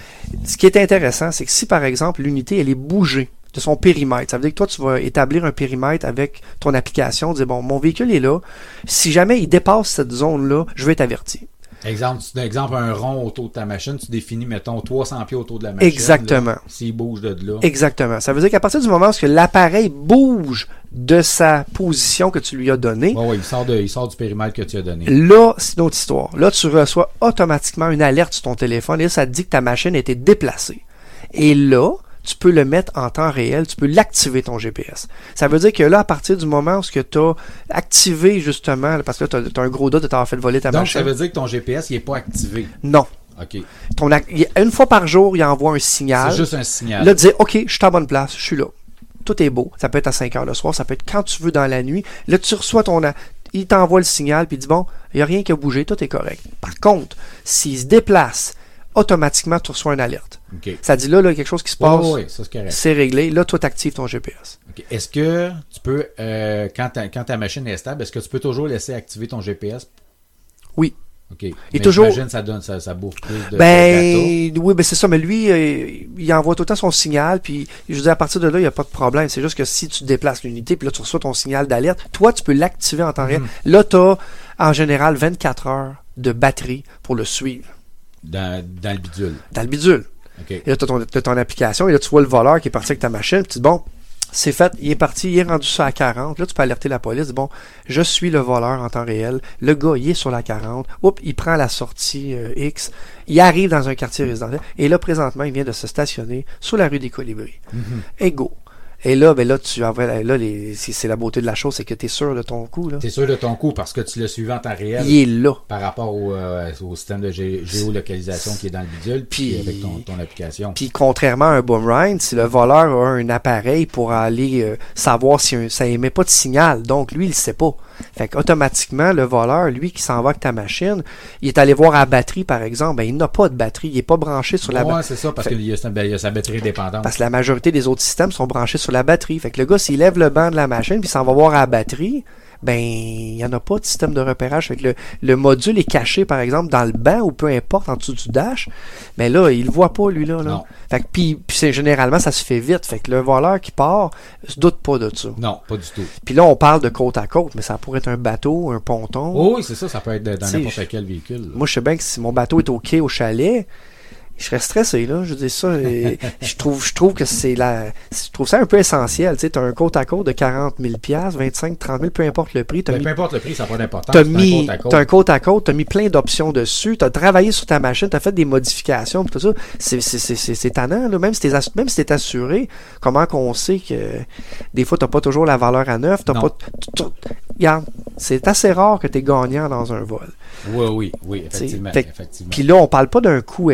Ce qui est intéressant, c'est que si, par exemple, l'unité, elle est bougée de son périmètre. Ça veut dire que toi, tu vas établir un périmètre avec ton application, dire, bon, mon véhicule est là. Si jamais il dépasse cette zone-là, je vais être averti. Exemple, tu, exemple, un rond autour de ta machine, tu définis, mettons, trois cents pieds autour de la machine. Exactement. S'il bouge de là. Exactement. Ça veut dire qu'à partir du moment où l'appareil bouge de sa position que tu lui as donnée. Oui, oui, il sort, de, il sort du périmètre que tu as donné. Là, c'est une autre histoire. Là, tu reçois automatiquement une alerte sur ton téléphone et là, ça te dit que ta machine a été déplacée. Et là, tu peux le mettre en temps réel, tu peux l'activer ton G P S. Ça veut dire que là, à partir du moment où tu as activé justement, parce que tu as, as un gros doute de t'avoir fait voler ta Donc, machine. Donc, ça veut dire que ton G P S, il n'est pas activé? Non. OK. Ton, une fois par jour, il envoie un signal. C'est juste un signal. Là, tu dis, OK, je suis à bonne place, je suis là. Tout est beau. Ça peut être à cinq heures le soir, ça peut être quand tu veux dans la nuit. Là, tu reçois ton... Il t'envoie le signal, puis il dit, bon, il n'y a rien qui a bougé, tout est correct. Par contre, s'il se déplace, automatiquement, tu reçois une alerte. Okay. Ça dit là, là, quelque chose qui se passe, oh, oui, ça, c'est, c'est réglé. Là, toi, tu actives ton G P S. Okay. Est-ce que tu peux, euh, quand, ta, quand ta machine est stable, est-ce que tu peux toujours laisser activer ton G P S? Oui. OK. Et mais toujours. J'imagine ça donne, ça, ça bouffe plus de, ben, de data. Oui, ben c'est ça. Mais lui, euh, il envoie tout le temps son signal. Puis, je veux dire, à partir de là, il n'y a pas de problème. C'est juste que si tu déplaces l'unité, puis là, tu reçois ton signal d'alerte, toi, tu peux l'activer en temps réel. Mm. Là, tu as, en général, vingt-quatre heures de batterie pour le suivre. Dans, dans le bidule. Dans le bidule. Okay. Et là, tu as ton, t'as ton application, et là, tu vois le voleur qui est parti avec ta machine, puis tu dis, bon, c'est fait, il est parti, il est rendu ça à quarante. Là, tu peux alerter la police, bon, je suis le voleur en temps réel. Le gars, il est sur la quarante. Oups, il prend la sortie euh, X. Il arrive dans un quartier résidentiel. Et là, présentement, il vient de se stationner sur la rue des Colibris. Mm-hmm. Ego. Et là, ben là, tu envoies, là, les, c'est, c'est la beauté de la chose, c'est que tu es sûr de ton coup, là. Tu es sûr de ton coup parce que tu l'as suivi en temps réel. Il est là. Par rapport au, euh, au système de gé- géolocalisation qui est dans le bidule, puis avec ton, ton application. Puis contrairement à un boomerang, si le voleur a un appareil pour aller euh, savoir si un, ça émet pas de signal, donc lui, il le sait pas. Fait qu'automatiquement, le voleur, lui, qui s'en va avec ta machine, il est allé voir à la batterie, par exemple, ben il n'a pas de batterie, il n'est pas branché sur ouais, la batterie. Oui, c'est ça, parce fait, qu'il y a sa, ben, il y a sa batterie dépendante. Parce que la majorité des autres systèmes sont branchés sur la batterie. Fait que le gars, s'il lève le banc de la machine, puis s'en va voir à la batterie, ben, il n'y en a pas de système de repérage. Fait que le, le module est caché, par exemple, dans le banc, ou peu importe, en dessous du dash. Mais là, il le voit pas, lui, là. là. Non. Fait que, puis, puis c'est, généralement, ça se fait vite. Fait que le voleur qui part, se doute pas de ça. Non, pas du tout. Puis là, on parle de côte à côte, mais ça pourrait être un bateau, un ponton. Oh, oui, c'est ça, ça peut être dans T'sais, n'importe je, quel véhicule. Là. Moi, je sais bien que si mon bateau est au quai, au chalet, je serais stressé, là. Je dis ça. Et je trouve, je trouve que c'est la, je trouve ça un peu essentiel. Tu sais, t'as un côte à côte de quarante mille piastres, vingt-cinq, trente mille, peu importe le prix. Ben, mis, peu importe le prix, ça n'a pas d'importance. T'as mis, un t'as un côte à côte, t'as mis plein d'options dessus, t'as travaillé sur ta machine, t'as fait des modifications, pis tout ça. C'est, c'est, c'est, c'est, c'est tannant, là. Même si t'es, même si t'es assuré, comment qu'on sait que des fois t'as pas toujours la valeur à neuf, t'as non. pas, regarde, c'est assez rare que t'es gagnant dans un vol. Oui, oui, oui, effectivement. effectivement. Puis là, on parle pas d'un coût astronomique.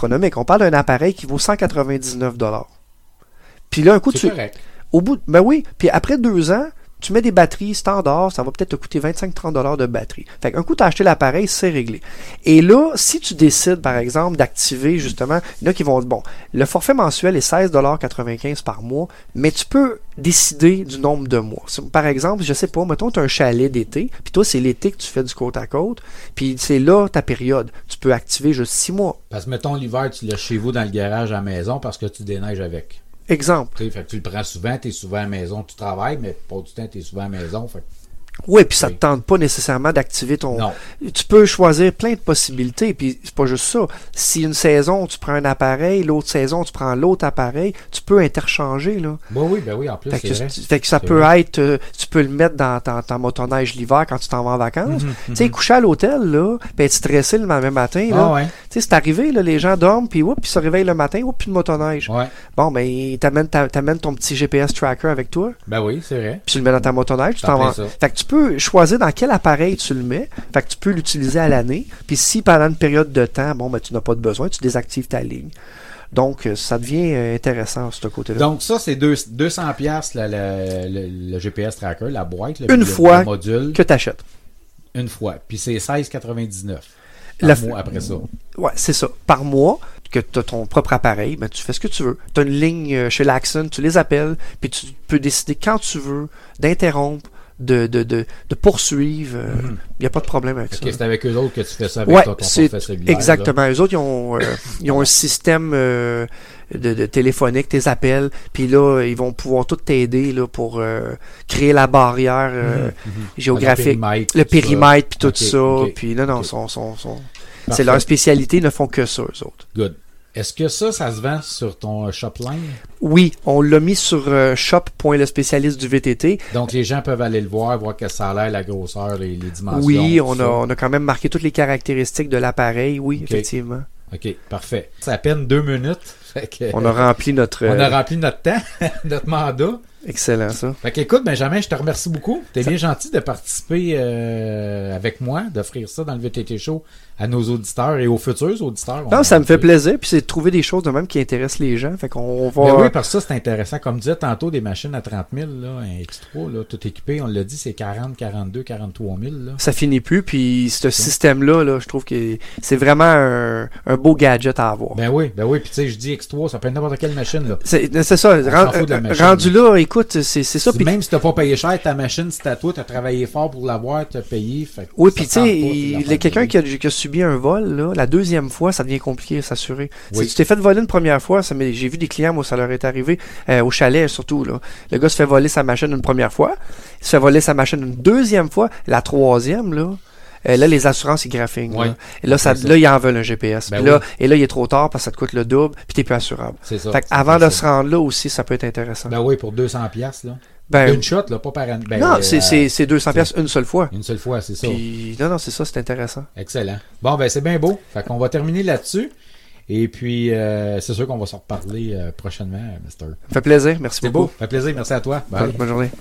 astronomique. On parle d'un appareil qui vaut cent quatre-vingt-dix-neuf dollars. Puis là, un coup, C'est tu... correct. Au bout, ben oui, puis après deux ans, tu mets des batteries standards, ça va peut-être te coûter vingt-cinq à trente dollars de batterie. Fait qu'un coup, tu as acheté l'appareil, c'est réglé. Et là, si tu décides, par exemple, d'activer, justement, il y en a qui vont dire, bon, le forfait mensuel est seize dollars quatre-vingt-quinze par mois, mais tu peux décider du nombre de mois. Par exemple, je sais pas, mettons, tu as un chalet d'été, puis toi, c'est l'été que tu fais du côte à côte, puis c'est là ta période. Tu peux activer juste six mois. Parce que, mettons, l'hiver, tu l'as chez vous dans le garage à la maison parce que tu déneiges avec. Exemple. Tu sais, fait que tu le prends souvent, tu es souvent à la maison, tu travailles, mais pas du temps, tu es souvent à la maison. Fait que Oui, puis ça Oui. te tente pas nécessairement d'activer ton... Non. Tu peux choisir plein de possibilités, puis c'est pas juste ça. Si une saison, tu prends un appareil, l'autre saison, tu prends l'autre appareil, tu peux interchanger, là. Ben oui, ben oui, en plus, Fait c'est que, vrai. fait que ça C'est peut vrai. être... euh, tu peux le mettre dans ta, ta motoneige l'hiver quand tu t'en vas en vacances. Mhm, Tu sais, coucher à l'hôtel, là, puis être stressé le lendemain matin, là. Ah ouais, Tu sais, c'est arrivé, là, les gens dorment, puis oups, ils se réveillent le matin, oups, plus de motoneige. ouais. Bon, ben, t'amènes, ta- t'amènes ton petit G P S tracker avec toi, Ben oui, c'est vrai. puis tu le mets dans ta motoneige, tu C'est t'en en vas. plein ça. Fait que tu peux choisir dans quel appareil tu le mets. Fait que tu peux l'utiliser à l'année. Puis si pendant une période de temps, bon, ben, tu n'as pas de besoin, tu désactives ta ligne. Donc, euh, ça devient euh, intéressant, ce côté-là. Donc ça, c'est deux- deux cents piastres la- la- le, le G P S tracker, la boîte, le, Une le- fois le module, que tu achètes. une fois. Puis c'est seize quatre-vingt-dix-neuf La- par mois après ça. Ouais, c'est ça. Par mois, que tu as ton propre appareil, ben, tu fais ce que tu veux. Tu as une ligne euh, chez Laxon, tu les appelles, puis tu peux décider quand tu veux d'interrompre, de, de, de, de poursuivre. Il Mhm. n'y a pas de problème avec Ok, ça. c'est avec eux autres que tu fais ça avec Ouais, toi, ton c'est forfait cellulaire. exactement. Eux autres, ils ont, euh, ils ont un système euh, de, de téléphonique, tes appels, puis là, ils vont pouvoir tout t'aider là pour euh, créer la barrière euh, Mhm, mhm. géographique, Le périmètre, le tout ça. périmètre, puis tout Ok, ça. ok, Puis non, non, ok. sont, sont, sont- Parfait. c'est leur spécialité, ils ne font que ça, eux autres. Good. Est-ce que ça, ça se vend sur ton euh, Shopline? Oui, on l'a mis sur euh, shop.lespécialiste du V T T. Donc les gens peuvent aller le voir, voir que ça a l'air, la grosseur, les, les dimensions. Oui, tout on a, ça. on a quand même marqué toutes les caractéristiques de l'appareil, oui, Ok. effectivement. OK, parfait. C'est à peine deux minutes. Fait que, On a rempli notre... on a euh, rempli notre temps, notre mandat. excellent, ça. Fait que, écoute, Benjamin, je te remercie beaucoup. T'es bien gentil de participer euh, avec moi, d'offrir ça dans le V T T Show à nos auditeurs et aux futurs auditeurs. Non, On- ça me fait on- plaisir, puis c'est de trouver des choses de même qui intéressent les gens. Fait qu'on va... Ben oui, parce que ça, c'est intéressant. Comme disait tantôt, des machines à trente mille, là, un X trois, là, tout équipé, on l'a dit, c'est quarante, quarante-deux, quarante-trois mille. Là. Ça finit plus, puis ce système-là, là, je trouve que c'est vraiment un, un beau gadget à avoir. Ben oui, ben oui. Puis tu sais, je dis X trois, ça peut être n'importe quelle machine. Là. C'est c'est ça, s'en ren- fout de la machine. rendu là, écoute, c'est c'est ça. Si Puis, même si t'as pas payé cher ta machine, c'est à toi, t'as travaillé fort pour l'avoir, t'as payé. Fait que oui, ça puis tu te tente sais, pas, c'est il l'affaire y a quelqu'un de- qui a, qui a subi un vol, là, la deuxième fois, ça devient compliqué à s'assurer. Oui. Si tu t'es fait voler une première fois, ça m'est- j'ai vu des clients, moi, ça leur est arrivé, euh, au chalet surtout, là. Le gars se fait voler sa machine une première fois, il se fait voler sa machine une deuxième fois, la troisième, là. euh, là, les assurances, ils graphing. Oui. Là. Et là, ça, C'est ça. là, ils en veulent un G P S. Ben Puis là, oui. et là, il est trop tard parce que ça te coûte le double, puis t'es plus assurable. C'est ça. Fait c'est avant ça. de se rendre là aussi, ça peut être intéressant. Ben oui, pour deux cents piastres, là. Ben, Une shot, là, pas par an. Ben, non, euh, c'est c'est- c'est deux cents pièces une seule fois. Une seule fois, c'est ça. Puis, non, non, c'est ça, c'est intéressant. Excellent. Bon, ben c'est bien beau. Fait qu'on va terminer là-dessus. Et puis, euh, c'est sûr qu'on va se reparler euh, prochainement, Mister. Ça me fait plaisir. Merci C'est beaucoup. beau. Ça fait plaisir. Merci à toi. Bye. Bonne, bonne journée.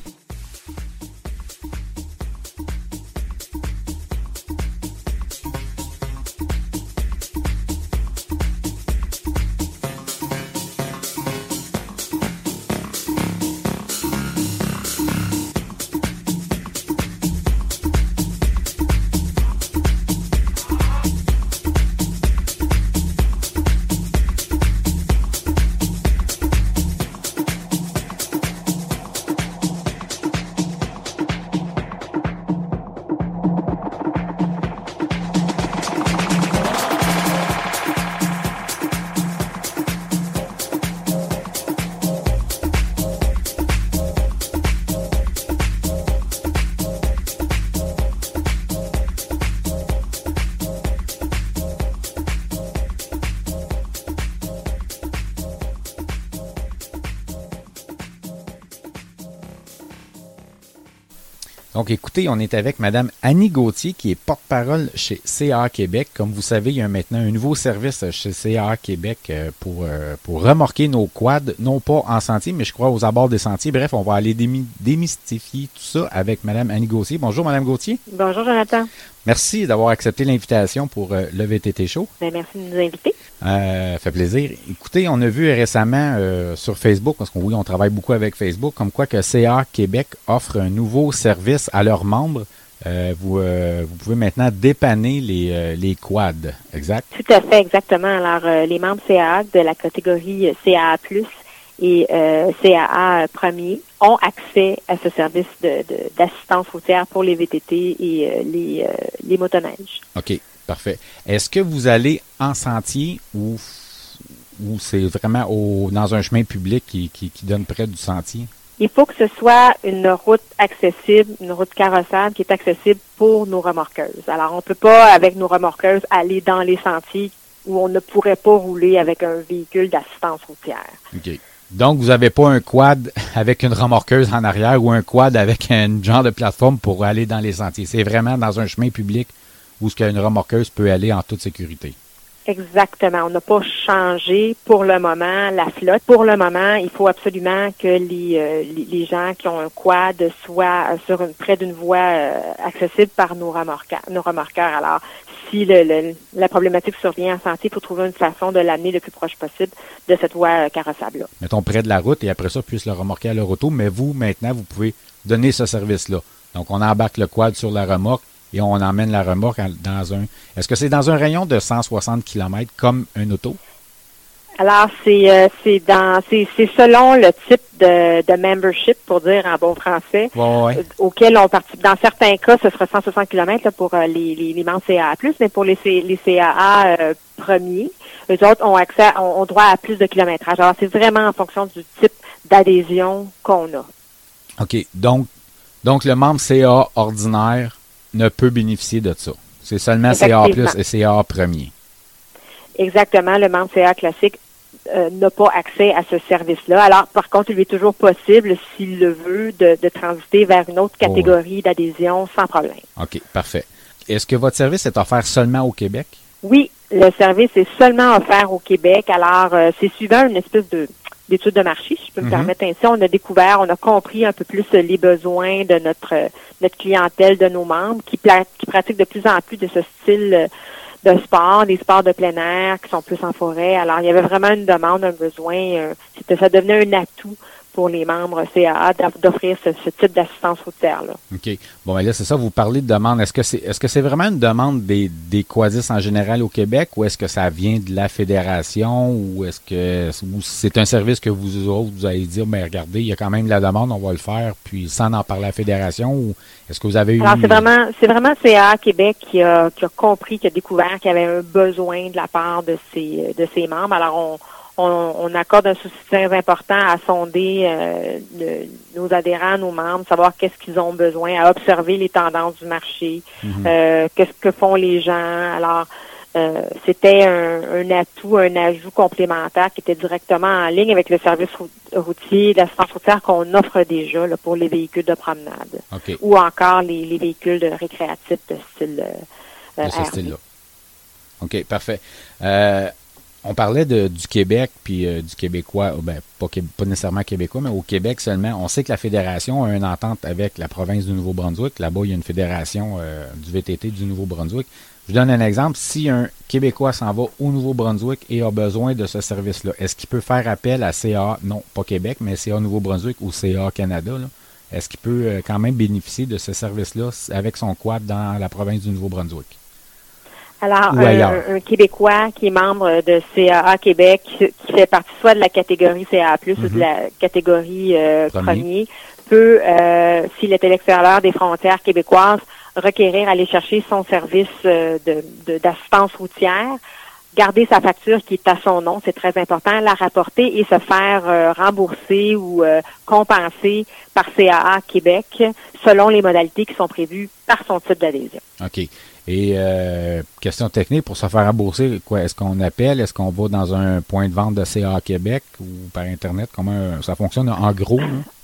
Donc, écoutez, on est avec Madame Annie Gauthier, qui est porte-parole chez C A A Québec. Comme vous savez, il y a maintenant un nouveau service chez C A A Québec euh, pour, euh, pour remorquer nos quads, non pas en sentier, mais je crois aux abords des sentiers. Bref, on va aller démy- démystifier tout ça avec Mme Annie Gauthier. Bonjour, Mme Gauthier. Bonjour, Jonathan. Merci d'avoir accepté l'invitation pour euh, le V T T Show. Bien, merci de nous inviter. Euh, fait plaisir. Écoutez, on a vu récemment euh, sur Facebook, parce qu'on oui, on travaille beaucoup avec Facebook, comme quoi que C A A Québec offre un nouveau service à leurs membres. Euh, vous, euh, vous pouvez maintenant dépanner les, euh, les quads, exact? Tout à fait, exactement. Alors, euh, les membres C A A de la catégorie C A A plus et euh, C A A premier ont accès à ce service de, de, d'assistance routière pour les V T T et euh, les, euh, les motoneiges. OK, parfait. Est-ce que vous allez en sentier ou, ou c'est vraiment au, dans un chemin public qui, qui, qui donne près du sentier? Il faut que ce soit une route accessible, une route carrossable qui est accessible pour nos remorqueuses. Alors, on ne peut pas, avec nos remorqueuses, aller dans les sentiers où on ne pourrait pas rouler avec un véhicule d'assistance routière. OK. Donc, vous n'avez pas un quad avec une remorqueuse en arrière ou un quad avec un genre de plateforme pour aller dans les sentiers. C'est vraiment dans un chemin public où ce qu'une remorqueuse peut aller en toute sécurité. Exactement. On n'a pas changé pour le moment la flotte. Pour le moment, il faut absolument que les, euh, les, les gens qui ont un quad soient sur une, près d'une voie euh, accessible par nos remorqueurs. Nos remorqueurs. Alors, si le, le, la problématique survient en sentier, il faut trouver une façon de l'amener le plus proche possible de cette voie euh, carrossable-là. Mettons près de la route et après ça, puisse le remorquer à leur auto. Mais vous, maintenant, vous pouvez donner ce service-là. Donc, on embarque le quad sur la remorque et on emmène la remorque dans un... Est-ce que c'est dans un rayon de cent soixante kilomètres comme un auto? Alors, c'est euh, c'est dans c'est, c'est selon le type de, de membership, pour dire en bon français, Ouais, ouais. euh, auquel on participe. Dans certains cas, ce sera cent soixante kilomètres là, pour euh, les, les, les membres C A A plus, mais pour les, C, les C A A euh, premiers, eux autres ont accès, ont, ont droit à plus de kilométrage. Alors, c'est vraiment en fonction du type d'adhésion qu'on a. OK. Donc, donc le membre C A A ordinaire ne peut bénéficier de ça. C'est seulement C A A plus et C A A premier. Exactement. Le membre C A A classique euh, n'a pas accès à ce service-là. Alors, par contre, il est toujours possible, s'il le veut, de, de transiter vers une autre catégorie oh, ouais. d'adhésion sans problème. OK, parfait. Est-ce que votre service est offert seulement au Québec? Oui, le service est seulement offert au Québec. Alors, euh, c'est suivant une espèce de d'études de marché, si je peux me mm-hmm. permettre ainsi. On a découvert, on a compris un peu plus les besoins de notre notre clientèle, de nos membres, qui, pla- qui pratiquent de plus en plus de ce style de sport, des sports de plein air, qui sont plus en forêt. Alors, il y avait vraiment une demande, un besoin. Euh, c'était, ça devenait un atout pour les membres C A A d'offrir ce, ce type d'assistance routière-là. OK. Bon, mais là, c'est ça, vous parlez de demande. Est-ce que c'est est-ce que c'est vraiment une demande des, des quadistes en général au Québec ou est-ce que ça vient de la fédération ou est-ce que ou c'est un service que vous autres, vous allez dire, mais regardez, il y a quand même de la demande, on va le faire, puis sans en parler à la fédération ou est-ce que vous avez eu... Alors, c'est vraiment, c'est vraiment C A A Québec qui a, qui a compris, qui a découvert qu'il y avait un besoin de la part de ses, de ses membres. Alors, on On, on accorde un souci très important à sonder euh, le, nos adhérents, nos membres, savoir qu'est-ce qu'ils ont besoin, à observer les tendances du marché, mm-hmm. euh, qu'est-ce que font les gens. Alors, euh, c'était un, un atout, un ajout complémentaire qui était directement en ligne avec le service routier d'assistance routière qu'on offre déjà là, pour les véhicules de promenade. Okay. Ou encore les, les véhicules de récréatifs de style euh, de ce style-là. OK, parfait. Euh, On parlait de, du Québec puis euh, du Québécois, ben, pas, pas nécessairement québécois, mais au Québec seulement. On sait que la fédération a une entente avec la province du Nouveau-Brunswick. Là-bas, il y a une fédération euh, du V T T du Nouveau-Brunswick. Je donne un exemple. Si un Québécois s'en va au Nouveau-Brunswick et a besoin de ce service-là, est-ce qu'il peut faire appel à C A A, non pas Québec, mais C A A Nouveau-Brunswick ou C A A Canada, là? Est-ce qu'il peut euh, quand même bénéficier de ce service-là avec son quad dans la province du Nouveau-Brunswick? Alors, un, un Québécois qui est membre de C A A Québec, qui fait partie soit de la catégorie C A A plus, mm-hmm. ou de la catégorie euh, premier. premier, peut, euh, s'il est à l'extérieur des frontières québécoises, requérir aller chercher son service euh, de, de, d'assistance routière, garder sa facture qui est à son nom, c'est très important, la rapporter et se faire euh, rembourser ou euh, compenser par C A A Québec selon les modalités qui sont prévues par son type d'adhésion. OK. Et euh, question technique, pour se faire rembourser, quoi, est-ce qu'on appelle, est-ce qu'on va dans un point de vente de C A A Québec ou par Internet? Comment ça fonctionne en gros? Là?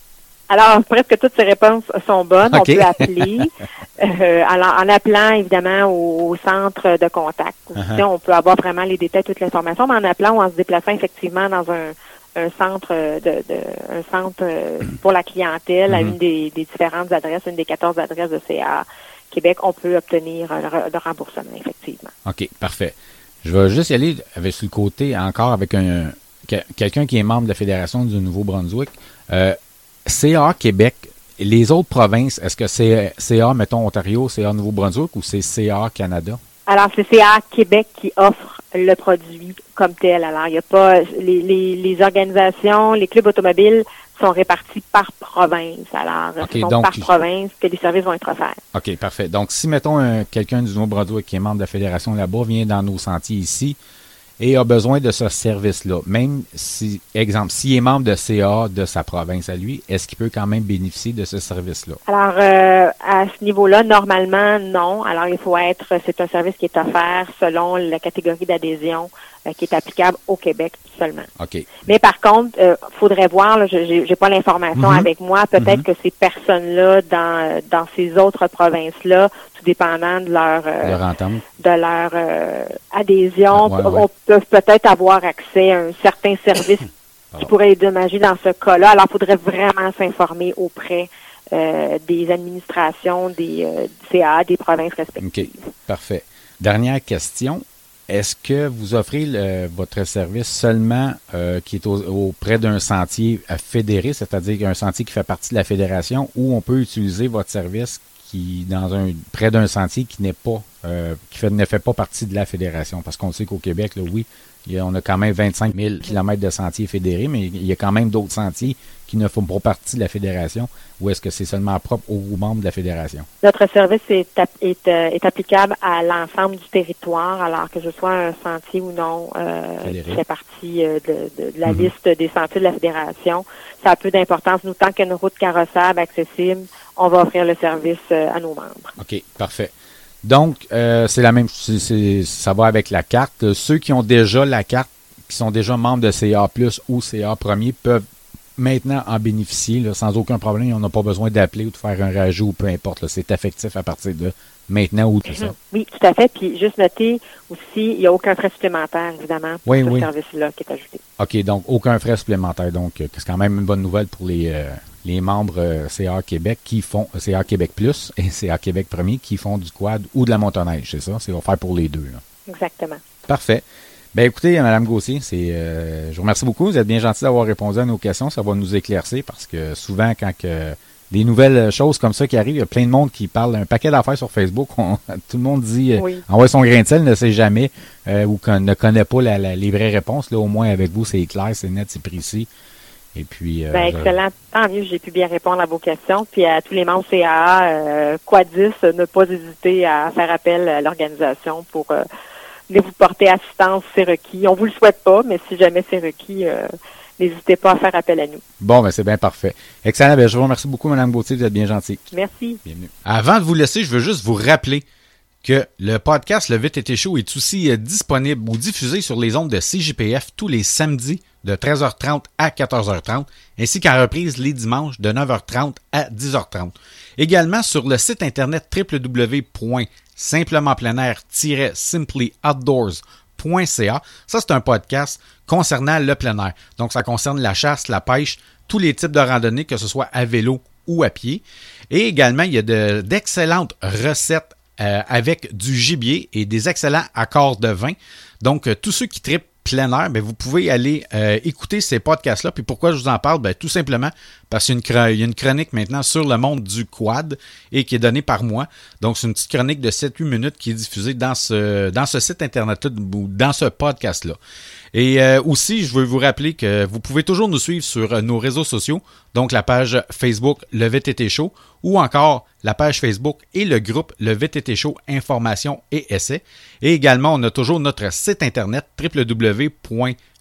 Alors, presque toutes ces réponses sont bonnes. Okay. On peut appeler. euh, alors, en appelant, évidemment, au, au centre de contact. Uh-huh. On peut avoir vraiment les détails, toute l'information, mais en appelant ou en se déplaçant effectivement dans un, un centre de, de un centre pour la clientèle mm-hmm. à une des, des différentes adresses, une des quatorze adresses de C A A Québec, on peut obtenir le, le remboursement, effectivement. OK, parfait. Je vais juste y aller avec sur le côté encore avec un quelqu'un qui est membre de la Fédération du Nouveau-Brunswick. Euh, C A A Québec, les autres provinces, est-ce que c'est C A A, mettons, Ontario, C A A Nouveau-Brunswick ou c'est C A A Canada? Alors, c'est C A A Québec qui offre le produit comme tel. Alors, il n'y a pas les, les, les organisations, les clubs automobiles sont répartis par province. Alors, okay, ce sont donc, par province que les services vont être offerts. OK, parfait. Donc, si, mettons, un, quelqu'un du Nouveau-Brunswick qui est membre de la Fédération là-bas vient dans nos sentiers ici et a besoin de ce service-là, même si, exemple, s'il est membre de C A A de sa province à lui, est-ce qu'il peut quand même bénéficier de ce service-là? Alors, euh, à ce niveau-là, normalement, non. Alors, il faut être, c'est un service qui est offert selon la catégorie d'adhésion euh, qui est applicable au Québec seulement. OK. Mais par contre, il euh, faudrait voir, là, j'ai, j'ai pas l'information mm-hmm. avec moi, peut-être mm-hmm. que ces personnes-là, dans dans ces autres provinces-là, tout dépendant de leur euh, leur entente, de leur euh, adhésion, ouais, ouais. on peut peut-être avoir accès à un certain service qui pourrait dédommager dans ce cas-là. Alors, il faudrait vraiment s'informer auprès euh, des administrations, des euh, C A A, des provinces respectives. OK, parfait. Dernière question. Est-ce que vous offrez le, votre service seulement euh, qui est au, auprès d'un sentier fédéré, c'est-à-dire un sentier qui fait partie de la fédération, ou on peut utiliser votre service qui dans un près d'un sentier qui n'est pas euh, qui fait, ne fait pas partie de la fédération? Parce qu'on sait qu'au Québec, là, oui, il y a, on a quand même vingt-cinq mille kilomètres de sentiers fédérés, mais il y a quand même d'autres sentiers qui ne font pas partie de la fédération, ou est-ce que c'est seulement propre aux membres de la fédération? Notre service est, est, est applicable à l'ensemble du territoire, alors que ce soit un sentier ou non euh, qui fait partie euh, de, de, de la mm-hmm. liste des sentiers de la fédération. Ça a peu d'importance. Nous, tant qu'il y a une route carrossable accessible, on va offrir le service euh, à nos membres. OK, parfait. Donc, euh, c'est la même c'est, c'est, ça va avec la carte. Ceux qui ont déjà la carte, qui sont déjà membres de C A A plus ou C A A premier, peuvent maintenant en bénéficier là, sans aucun problème. On n'a pas besoin d'appeler ou de faire un rajout ou peu importe. Là, c'est effectif à partir de maintenant ou tout ça. Oui, tout à fait. Puis juste noter aussi, il n'y a aucun frais supplémentaire, évidemment, pour oui, ce oui. service-là qui est ajouté. OK, donc aucun frais supplémentaire. Donc, c'est quand même une bonne nouvelle pour les, euh, les membres euh, C A A Québec qui font C A A Québec Plus et C A A Québec Premier qui font du quad ou de la motoneige, c'est ça? C'est offert pour les deux. Là. Exactement. Parfait. Ben écoutez, Mme Gauthier, c'est, euh, je vous remercie beaucoup. Vous êtes bien gentil d'avoir répondu à nos questions. Ça va nous éclaircir parce que souvent, quand que des nouvelles choses comme ça qui arrivent, il y a plein de monde qui parle un paquet d'affaires sur Facebook. On, tout le monde dit, euh, oui. envoie son grain de sel, ne sait jamais euh, ou qu'on ne connaît pas la, la, les vraies réponses. Là, au moins, avec vous, c'est clair, c'est net, c'est précis. Et puis, euh, ben, excellent. Tant mieux, j'ai pu bien répondre à vos questions. Puis à tous les membres C A A, euh, Quadis, ne pas hésiter à faire appel à l'organisation pour euh, vous porter assistance, c'est requis. On vous le souhaite pas, mais si jamais c'est requis, euh, n'hésitez pas à faire appel à nous. Bon, ben c'est bien parfait. Excellent. Ben, je vous remercie beaucoup, Mme Gauthier. Vous êtes bien gentille. Merci. Bienvenue. Avant de vous laisser, je veux juste vous rappeler que le podcast Le Vite Été Chaud est aussi euh, disponible ou diffusé sur les ondes de C J P F tous les samedis de treize heures trente à quatorze heures trente, ainsi qu'en reprise les dimanches de neuf heures trente à dix heures trente. Également sur le site internet w w w point simplement plein air tiret simply outdoors point c a. Ça, c'est un podcast concernant le plein air. Donc, ça concerne la chasse, la pêche, tous les types de randonnées, que ce soit à vélo ou à pied. Et également, il y a de, d'excellentes recettes euh, avec du gibier et des excellents accords de vin. Donc, euh, tous ceux qui trippent plein air, bien, vous pouvez aller euh, écouter ces podcasts-là. Puis pourquoi je vous en parle? Bien, tout simplement parce qu'il y a, une chronique, il y a une chronique maintenant sur le monde du quad et qui est donnée par moi. Donc, c'est une petite chronique de sept huit minutes qui est diffusée dans ce, dans ce site Internet-là ou dans ce podcast-là. Et euh, aussi, je veux vous rappeler que vous pouvez toujours nous suivre sur nos réseaux sociaux, donc la page Facebook Le V T T Show ou encore la page Facebook et le groupe Le V T T Show Information et Essais. Et également, on a toujours notre site internet w w w point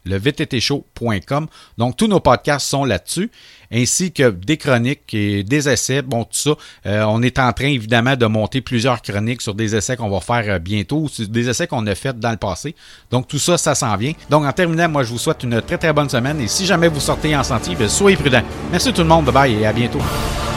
le v t t show point com. Donc, tous nos podcasts sont là-dessus, ainsi que des chroniques et des essais. Bon, tout ça, euh, on est en train, évidemment, de monter plusieurs chroniques sur des essais qu'on va faire euh, bientôt, sur des essais qu'on a fait dans le passé. Donc, tout ça, ça s'en vient. Donc, en terminant, moi, je vous souhaite une très, très bonne semaine. Et si jamais vous sortez en sentier, bien, soyez prudents. Merci tout le monde. Bye bye et à bientôt.